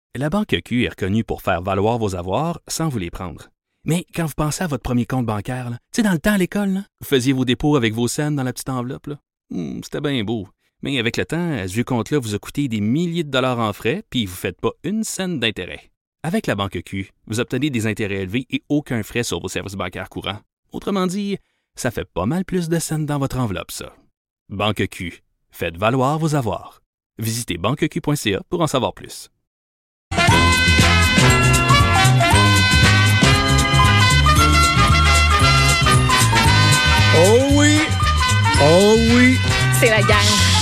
La Banque Q est reconnue pour faire valoir vos avoirs sans vous les prendre. Mais quand vous pensez à votre premier compte bancaire, tu sais, dans le temps à l'école, là, vous faisiez vos dépôts avec vos scènes dans la petite enveloppe. Là. C'était bien beau. Mais avec le temps, ce vieux compte-là vous a coûté des milliers de dollars en frais, puis vous ne faites pas une scène d'intérêt. Avec la Banque Q, vous obtenez des intérêts élevés et aucun frais sur vos services bancaires courants. Autrement dit, ça fait pas mal plus de scènes dans votre enveloppe, ça. Banque Q. Faites valoir vos avoirs. Visitez banqueq.ca pour en savoir plus. Oh oui! Oh oui! C'est la gang.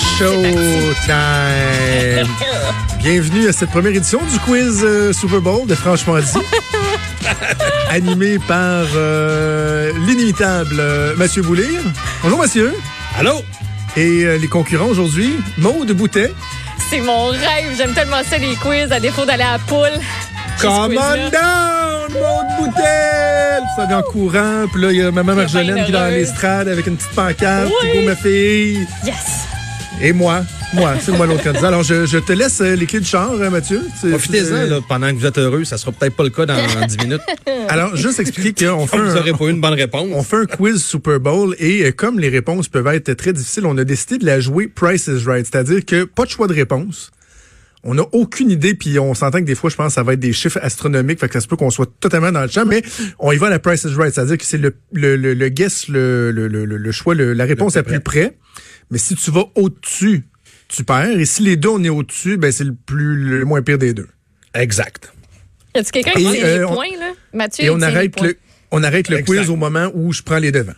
Showtime! Bienvenue à cette première édition du quiz Super Bowl de Franchement dit. Animé par l'inimitable Mathieu Boulire. Bonjour, Mathieu. Allô? Et les concurrents aujourd'hui, Maude Boutet. C'est mon rêve. J'aime tellement ça, les quiz, à défaut d'aller à la poule. Come on down, Maude Boutet! Ça vient en courant, puis là, il y a maman Marjolaine qui est dans l'estrade avec une petite pancarte. Oui. Go, ma fille! Yes! Et moi, c'est moi l'autre candidat. Alors, je te laisse les clés du char, Mathieu. Profitez-en là, pendant que vous êtes heureux. Ça sera peut-être pas le cas dans 10 minutes. Alors, juste expliquer qu'on fait Vous n'aurez pas eu une bonne réponse. On fait un quiz Super Bowl et comme les réponses peuvent être très difficiles, on a décidé de la jouer Price is Right. C'est-à-dire que pas de choix de réponse. On n'a aucune idée, puis on s'entend que des fois, je pense, ça va être des chiffres astronomiques, fait que ça se peut qu'on soit totalement dans le champ, mais on y va à la Price is Right. C'est-à-dire que c'est le guess, le choix, la réponse la plus près. Mais si tu vas au-dessus, tu perds. Et si les deux, on est au-dessus, ben c'est le moins pire des deux. Exact. Y a-tu quelqu'un qui tient les points, là? Mathieu, et on arrête le Exact. quiz au moment où je prends les devants.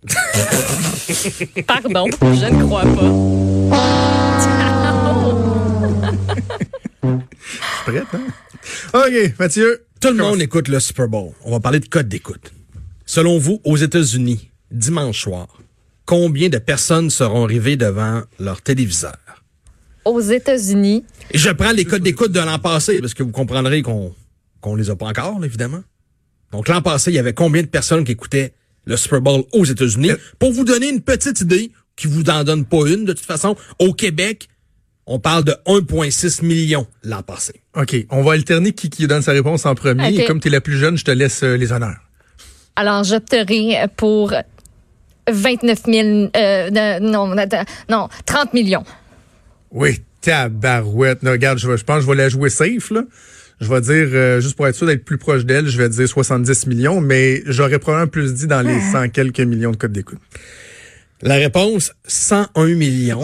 Pardon, je ne crois pas. C'est prête, hein? OK, Mathieu. Tout le monde écoute le Super Bowl. On va parler de code d'écoute. Selon vous, aux États-Unis, dimanche soir, combien de personnes seront arrivées devant leur téléviseur? Aux États-Unis. Et je prends les codes d'écoute de l'an passé, parce que vous comprendrez qu'on les a pas encore, là, évidemment. Donc, l'an passé, il y avait combien de personnes qui écoutaient le Super Bowl aux États-Unis? Pour vous donner une petite idée, qui vous en donne pas une, de toute façon, au Québec, on parle de 1,6 million l'an passé. OK, on va alterner qui donne sa réponse en premier. Okay. Et comme tu es la plus jeune, je te laisse les honneurs. Alors, j'opterai pour 29 000... 30 millions. Oui, tabarouette. Non, regarde, je pense que je vais la jouer safe, là. Je vais dire, juste pour être sûr d'être plus proche d'elle, je vais dire 70 millions, mais j'aurais probablement plus dit dans les 100 quelques millions de codes d'écoute. La réponse, 101 millions.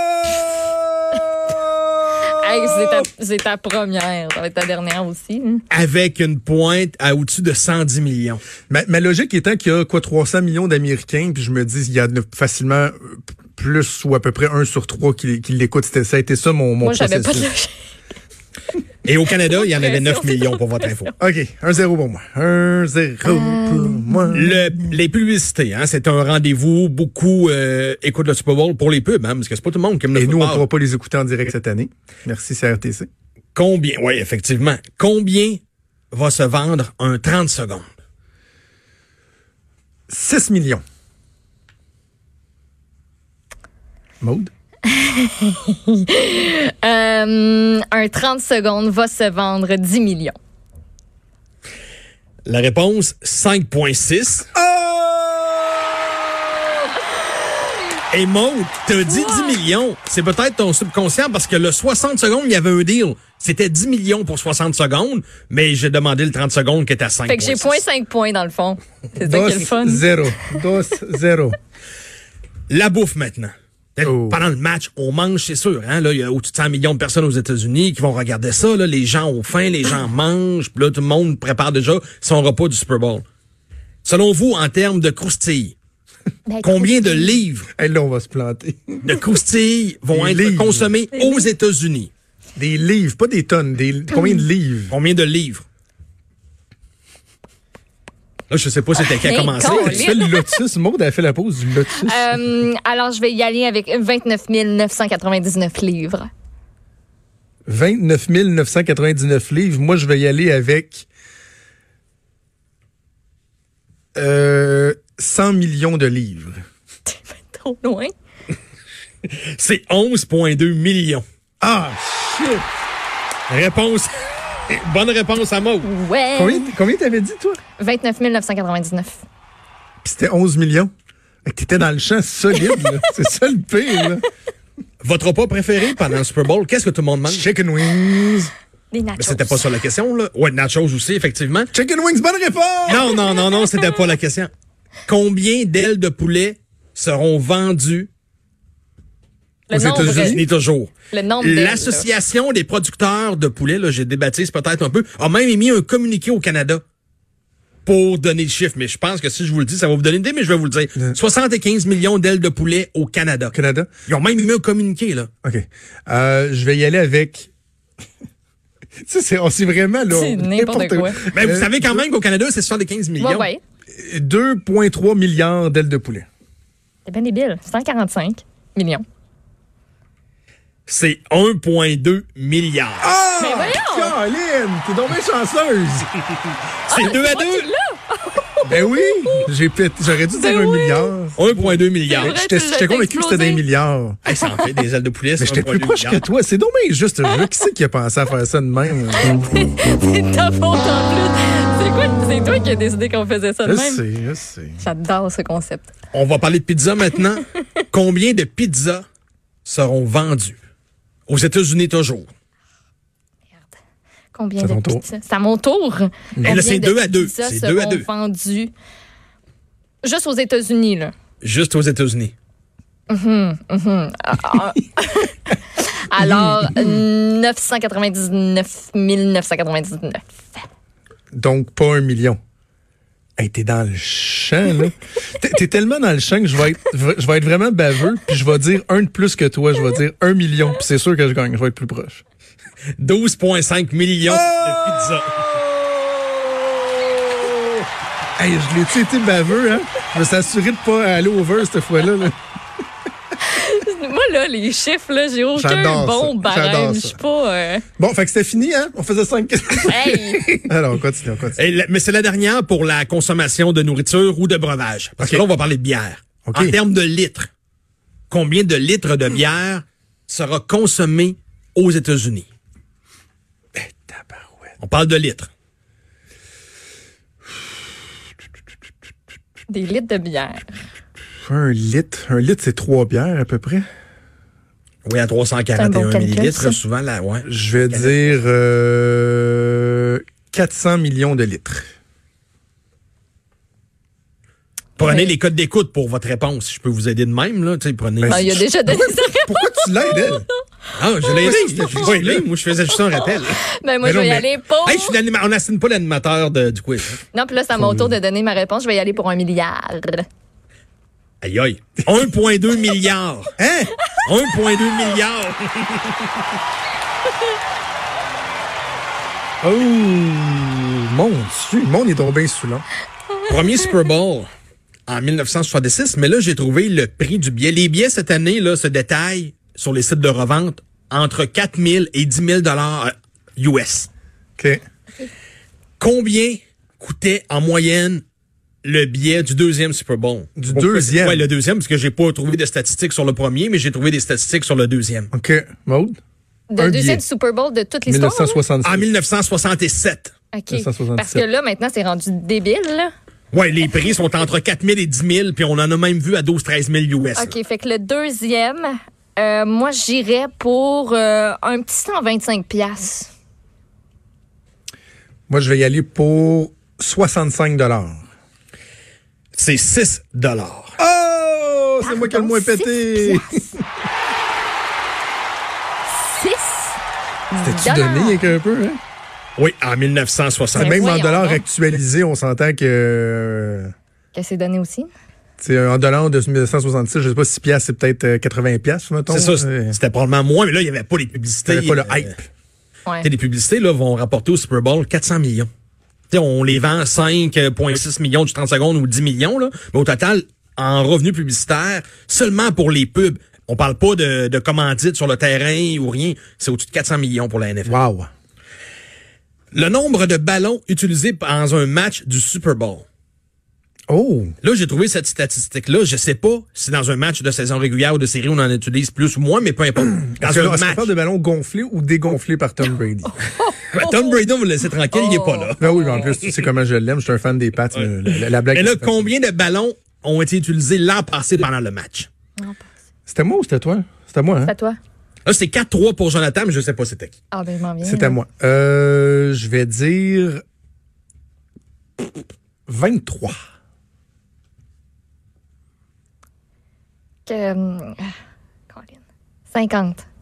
Hey, c'est ta première. Ça va être ta dernière aussi. Hein? Avec une pointe à au-dessus de 110 millions. Ma logique étant qu'il y a 300 millions d'Américains, puis je me dis, il y a facilement plus ou à peu près 1 sur 3 qui l'écoutent. Ça a été ça mon Moi, processus. j'avais pas de logique. Et au Canada, il y en avait 9 millions pour votre info. OK, 1-0 pour moi. 1-0 pour moi. Les publicités, hein, c'est un rendez-vous. Beaucoup écoutent le Super Bowl pour les pubs, hein, parce que c'est pas tout le monde qui aime le Et nous, on ne football. pourra pas les écouter en direct cette année. Merci, CRTC. Combien, oui, effectivement. Combien va se vendre un 30 secondes? 6 millions. Maude? Un 30 secondes va se vendre 10 millions. La réponse, 5,6. Et Maud, t'as dit 10 millions. C'est peut-être ton subconscient parce que le 60 secondes, il y avait un deal. C'était 10 millions pour 60 secondes, mais j'ai demandé le 30 secondes qui est à 5,6. Fait que j'ai 0,5 points dans le fond. C'est ça qui est le fun. 2-0. La bouffe maintenant. Oh. Pendant le match, on mange, c'est sûr. Hein? Là, il y a au-dessus de 100 millions de personnes aux États-Unis qui vont regarder ça. Là. Les gens ont faim, les gens mangent. Puis là, tout le monde prépare déjà son repas du Super Bowl. Selon vous, en termes de croustilles, combien de livres Hey, là, on va se planter. de croustilles vont Des être livres. consommés aux États-Unis? Des livres, pas des tonnes. Combien de livres? Combien de livres? Là, je sais pas c'était qui a Hey, commencé. con. Tu fais le lotus. Maude a fait la pause du lotus. Alors, je vais y aller avec 29 999 livres. 29 999 livres. Moi, je vais y aller avec 100 millions de livres. Trop loin. C'est 11,2 millions. Ah, shit! Réponse Bonne réponse à Maud. Ouais. Combien t'avais dit, toi? 29 999. Puis c'était 11 millions. T'étais dans le champ solide, là. C'est ça le pire, là. Votre repas préféré pendant le Super Bowl, qu'est-ce que tout le monde mange? Chicken wings. Des nachos. Mais c'était pas ça la question, là. Ouais, nachos aussi, effectivement. Chicken wings, bonne réponse! Non, c'était pas la question. Combien d'ailes de poulet seront vendues Le aux nombre, États-Unis toujours? Le nombre d'ailes, L'Association des producteurs de poulet, là, j'ai débaptisé peut-être un peu, a même émis un communiqué au Canada pour donner le chiffre. Mais je pense que si je vous le dis, ça va vous donner une idée, mais je vais vous le dire. 75 millions d'ailes de poulet au Canada. Canada? Ils ont même émis un communiqué, là. OK. Je vais y aller avec... Tu sais, c'est vraiment, là... C'est n'importe quoi. Mais vous savez quand même qu'au Canada, c'est 75 millions. Ouais. 2,3 milliards d'ailes de poulet. C'est bien débile. 145 millions. C'est 1,2 milliard. Ah! Mais voyons! Caroline, t'es donc bien chanceuse! C'est 2 à 2. Ben oui! J'aurais dû dire 1 milliard. 1,2 milliard. C'est vrai. J'étais convaincu que c'était des milliards. Hey, ça en fait des ailes de poulet. Mais j'étais plus proche que toi. C'est donc bien juste. Qui c'est qui a pensé à faire ça de même? C'est ta faute en plus. C'est toi qui as décidé qu'on faisait ça de même. Je sais. J'adore ce concept. On va parler de pizza maintenant. Combien de pizzas seront vendues aux États-Unis toujours? Combien C'est de ton tour. pizzas? C'est à mon tour. Mais là, c'est 2 à 2. C'est 2 à 2. Vendus juste aux États-Unis, là. Juste aux États-Unis. Alors, 999 999. Donc, pas 1 million. Hey, t'es dans le champ, là. T'es tellement dans le champ que je vais être vraiment baveux, puis je vais dire un de plus que toi. Je vais dire 1 million, puis c'est sûr que je gagne. Je vais être plus proche. 12,5 millions de pizzas. Hey, je l'ai-tu été baveux, hein? Je me suis assuré de pas aller over cette fois-là, là. Moi, là, les chiffres, là, j'ai aucun J'adore bon ça. J'adore barème. ça. Je suis pas... Bon, fait que c'était fini, hein? On faisait 5 questions. Hey! Alors, on continue. Mais c'est la dernière pour la consommation de nourriture ou de breuvage. Parce que là, on va parler de bière. OK. En termes de litres, combien de litres de bière sera consommé aux États-Unis? Tabarouette. On parle de litres. Des litres de bière. 1 litre, c'est 3 bières à peu près. Oui, à C'est un 341 bon calcul, millilitres, ça. souvent, là, ouais. Je vais dire 400 millions de litres. Prenez Oui. les codes d'écoute pour votre réponse. Si je peux vous aider de même, là. Tu sais, prenez. Ben, Ah, il y a déjà donné sa réponse. Pourquoi tu l'aides, elle? Ah, je l'ai aidé. c'est pas Je l'ai aidé. Moi, je faisais juste un rappel. Ben, moi, Mais je vais non, y aller pour... Hey, on n'assigne pas l'animateur du quiz. Non, puis là, c'est à mon tour de donner ma réponse. Je vais y aller pour 1 milliard. Aïe, aïe. 1,2 milliard. Hein? 1,2 milliard. Oh, mon Dieu, le monde est tombé bien saoulant. Premier Super Bowl en 1966, mais là, j'ai trouvé le prix du billet. Les billets cette année là se détaillent sur les sites de revente entre 4 000 et 10 000 US. OK. Combien coûtait en moyenne le billet du deuxième Super Bowl? Du deuxième? Oui, le deuxième, parce que j'ai pas trouvé de statistiques sur le premier, mais j'ai trouvé des statistiques sur le deuxième. OK. Maude? Le Un deuxième billet. Super Bowl de toute l'histoire. là? 1966. En 1967. OK. 1977. Parce que là, maintenant, c'est rendu débile, là. Ouais, les prix sont entre 4 000 et 10 000, puis on en a même vu à 12-13 000 US. OK, fait que le deuxième, moi, j'irais pour un petit 125 $. Moi, je vais y aller pour 65 $. C'est 6 Oh! C'est moi qui ai le moins pété! 6 T'as-tu donné avec un peu, hein? Oui, en 1960. Même en voyons dollars donc. actualisés, on s'entend que... Que c'est donné aussi? C'est en dollars de 1966, je sais pas, 6 piastres, c'est peut-être 80 piastres, mettons. C'est ça, c'était probablement moins, mais là, il n'y avait pas les publicités. T'avais pas le hype. Ouais. Tu sais, les publicités là, vont rapporter au Super Bowl 400 millions. Tu sais, on les vend 5,6 millions du 30 secondes ou 10 millions, là, mais au total, en revenus publicitaires, seulement pour les pubs. On parle pas de commandites sur le terrain ou rien. C'est au-dessus de 400 millions pour la NFL. Wow. Le nombre de ballons utilisés dans un match du Super Bowl. Oh! Là, j'ai trouvé cette statistique-là. Je sais pas si dans un match de saison régulière ou de série, on en utilise plus ou moins, mais peu importe. Dans Est-ce un qu'on match. parle de ballons gonflés ou dégonflés par Tom Brady? Ben, Tom Brady, on va le laisser tranquille, il est pas là. Ben oui, mais en plus, tu sais comment je l'aime. Je suis un fan des Pats. La blague. Mais là, c'est pas- combien de ballons ont été utilisés l'an passé pendant le match? C'était moi ou c'était toi? C'était moi, hein? C'est à toi. Là, c'est 4-3 pour Jonathan, mais je sais pas c'était qui. Ah, ben, je m'en viens. C'est à moi. Je vais dire 23. Colin. 50.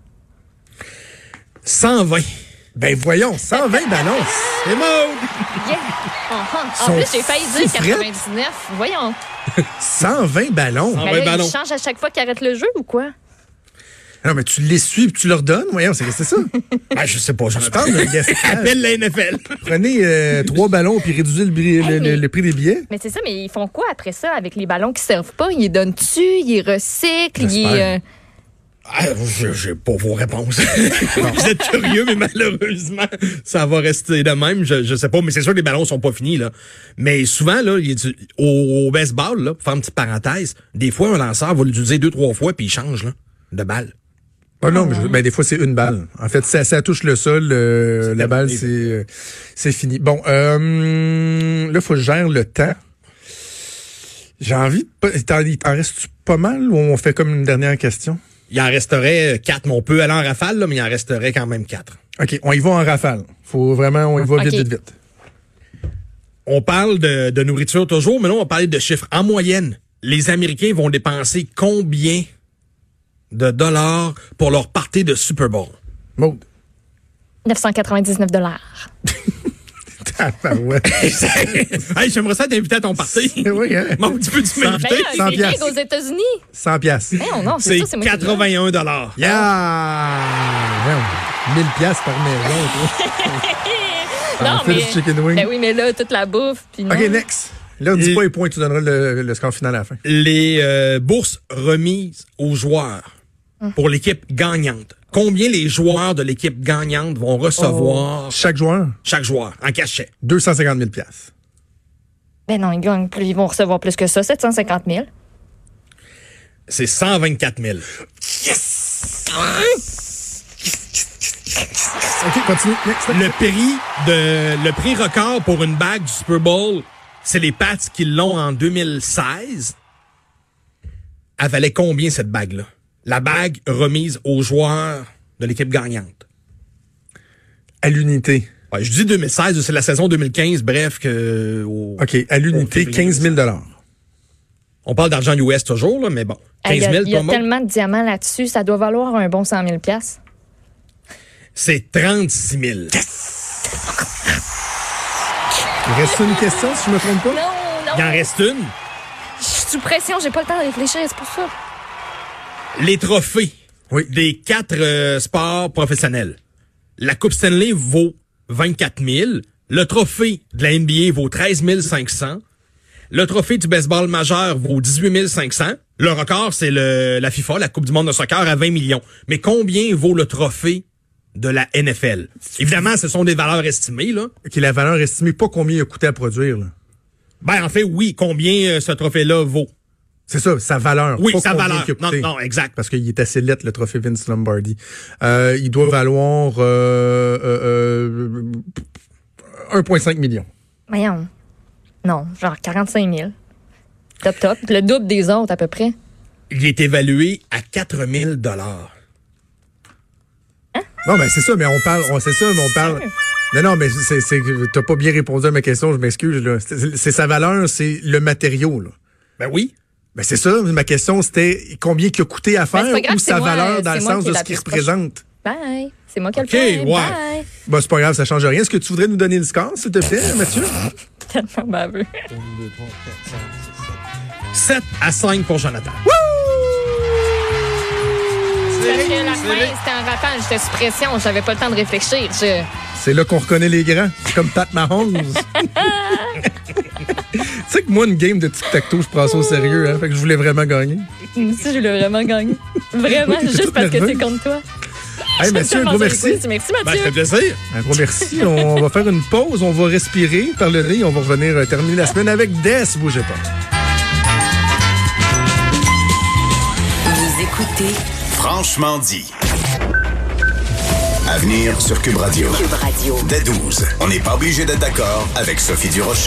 120. Ben voyons, 120 ballons. C'est mort! Yeah! En Sont plus, j'ai failli dire fous, 99. Voyons. 120 ballons. Ah, Mais ouais, là, ballon. il change à chaque fois qu'il arrête le jeu ou quoi? Non, mais tu les suis et tu leur donnes. Voyons, c'est ça. Ben, je sais pas, Je Jonathan. parle de gaspillage. Appelle la NFL. Prenez 3 ballons puis réduisez le prix des billets. Mais c'est ça, mais ils font quoi après ça avec les ballons qui servent pas? Ils les donnent-tu? Ils les recyclent? J'espère. Ah, j'ai pas vos réponses. Vous êtes curieux, mais malheureusement, ça va rester de même. Je sais pas, mais c'est sûr que les ballons sont pas finis, là. Mais souvent, là, au baseball, là, pour faire une petite parenthèse, des fois, un lanceur va l'utiliser 2-3 fois puis il change, là, de balle. Ah non, mais ben, des fois, c'est une balle. En fait, ça touche le sol, la balle, c'est fini. Bon, là, il faut que je gère le temps. J'ai envie de... Il t'en reste pas mal ou on fait comme une dernière question? Il en resterait 4, mais on peut aller en rafale, là, mais il en resterait quand même 4. OK, on y va en rafale. Faut vraiment, on y va OK. vite. On parle de nourriture toujours, mais là, on va parler de chiffres. En moyenne, les Américains vont dépenser combien de dollars pour leur party de Super Bowl? Maud. 999 Tabarouette. Hey, j'aimerais ça t'inviter à ton party. Oui, hein? Mon petit peu, tu Ben m'inviter? là, 100 c'est piastres. dingue aux États-Unis. 100 piastres. Ben non, c'est C'est ça, c'est moi qui le donne. 81 dollars. Yeah! 1000 piastres par maison, toi. Non, On fait mais... du chicken wing. Ben oui, mais là, toute la bouffe, puis non. OK, next. Là, dis pas les points, tu donneras le score final à la fin. Les bourses remises aux joueurs pour l'équipe gagnante. Combien les joueurs de l'équipe gagnante vont recevoir Chaque joueur, chaque joueur en cachet? 250 000 piastres. Ben non, ils gagnent plus, ils vont recevoir plus que ça, 750 000. C'est 124 000. OK, continue. Next. Le prix record pour une bague du Super Bowl, c'est les Pats qui l'ont en 2016. Elle valait combien cette bague-là? La bague remise aux joueurs de l'équipe gagnante. À l'unité. Ouais, je dis 2016, c'est la saison 2015, bref que... OK, à l'unité, 15 000 On parle d'argent US toujours, là, mais bon. 15 000, Il y a toi, Maud? tellement de diamants là-dessus, ça doit valoir un bon 100 000 piastres. C'est 36 000. Il reste une question, si je me trompe pas? Non, non. Il en reste une. Je suis sous pression, j'ai pas le temps de réfléchir, c'est pour ça. Les trophées Oui. des 4 sports professionnels. La Coupe Stanley vaut 24 000. Le trophée de la NBA vaut 13 500. Le trophée du baseball majeur vaut 18 500. Le record, c'est la FIFA, la Coupe du monde de soccer, à 20 millions. Mais combien vaut le trophée de la NFL? Évidemment, ce sont des valeurs estimées, là. OK, la valeur estimée, pas combien il a coûté à produire, là. Ben, en fait, oui, combien ce trophée-là vaut? C'est ça, sa valeur. Oui, pas sa combien valeur. il a coûté. Non, exact. Parce qu'il est assez lettre, le trophée Vince Lombardi. Il doit valoir 1,5 million. Voyons. Non, genre 45 000. Top. Le double des autres, à peu près. Il est évalué à 4 000 $. Non, mais c'est ça, mais on parle. Non, mais t'as pas bien répondu à ma question, je m'excuse, là. C'est sa valeur, c'est le matériau, là. Ben oui. Ben c'est ça, ma question, c'était combien il a coûté à faire c'est pas grave, ou c'est sa moi, valeur dans c'est le moi sens qui de est ce la qu'il plus proche. représente. Bye. C'est moi qui ai OK, le point. ouais. Bye. Ben, c'est pas grave, ça change rien. Est-ce que tu voudrais nous donner le score, s'il te plaît, Mathieu? Tellement baveux. 7-5 pour Jonathan. Parce que la fin, c'était un rappel. J'étais sous pression. J'avais pas le temps de réfléchir. C'est là qu'on reconnaît les grands. C'est comme Pat Mahomes. Tu sais que moi, une game de tic-tac-toe, je prends ça au sérieux, hein? Fait que je voulais vraiment gagner. Moi aussi, je voulais vraiment gagner. Vraiment, Oui, t'es juste toute parce que c'est nerveuse. contre toi. Hey, monsieur, un gros merci. Merci, Ben, ça Mathieu. fait plaisir. Un gros merci. On va faire une pause, on va respirer par le nez, on va revenir terminer la semaine avec Des. Bougez pas. Vous écoutez Franchement dit. À venir sur Cube Radio. Cube Radio. Dès 12. On n'est pas obligé d'être d'accord avec Sophie Durocher.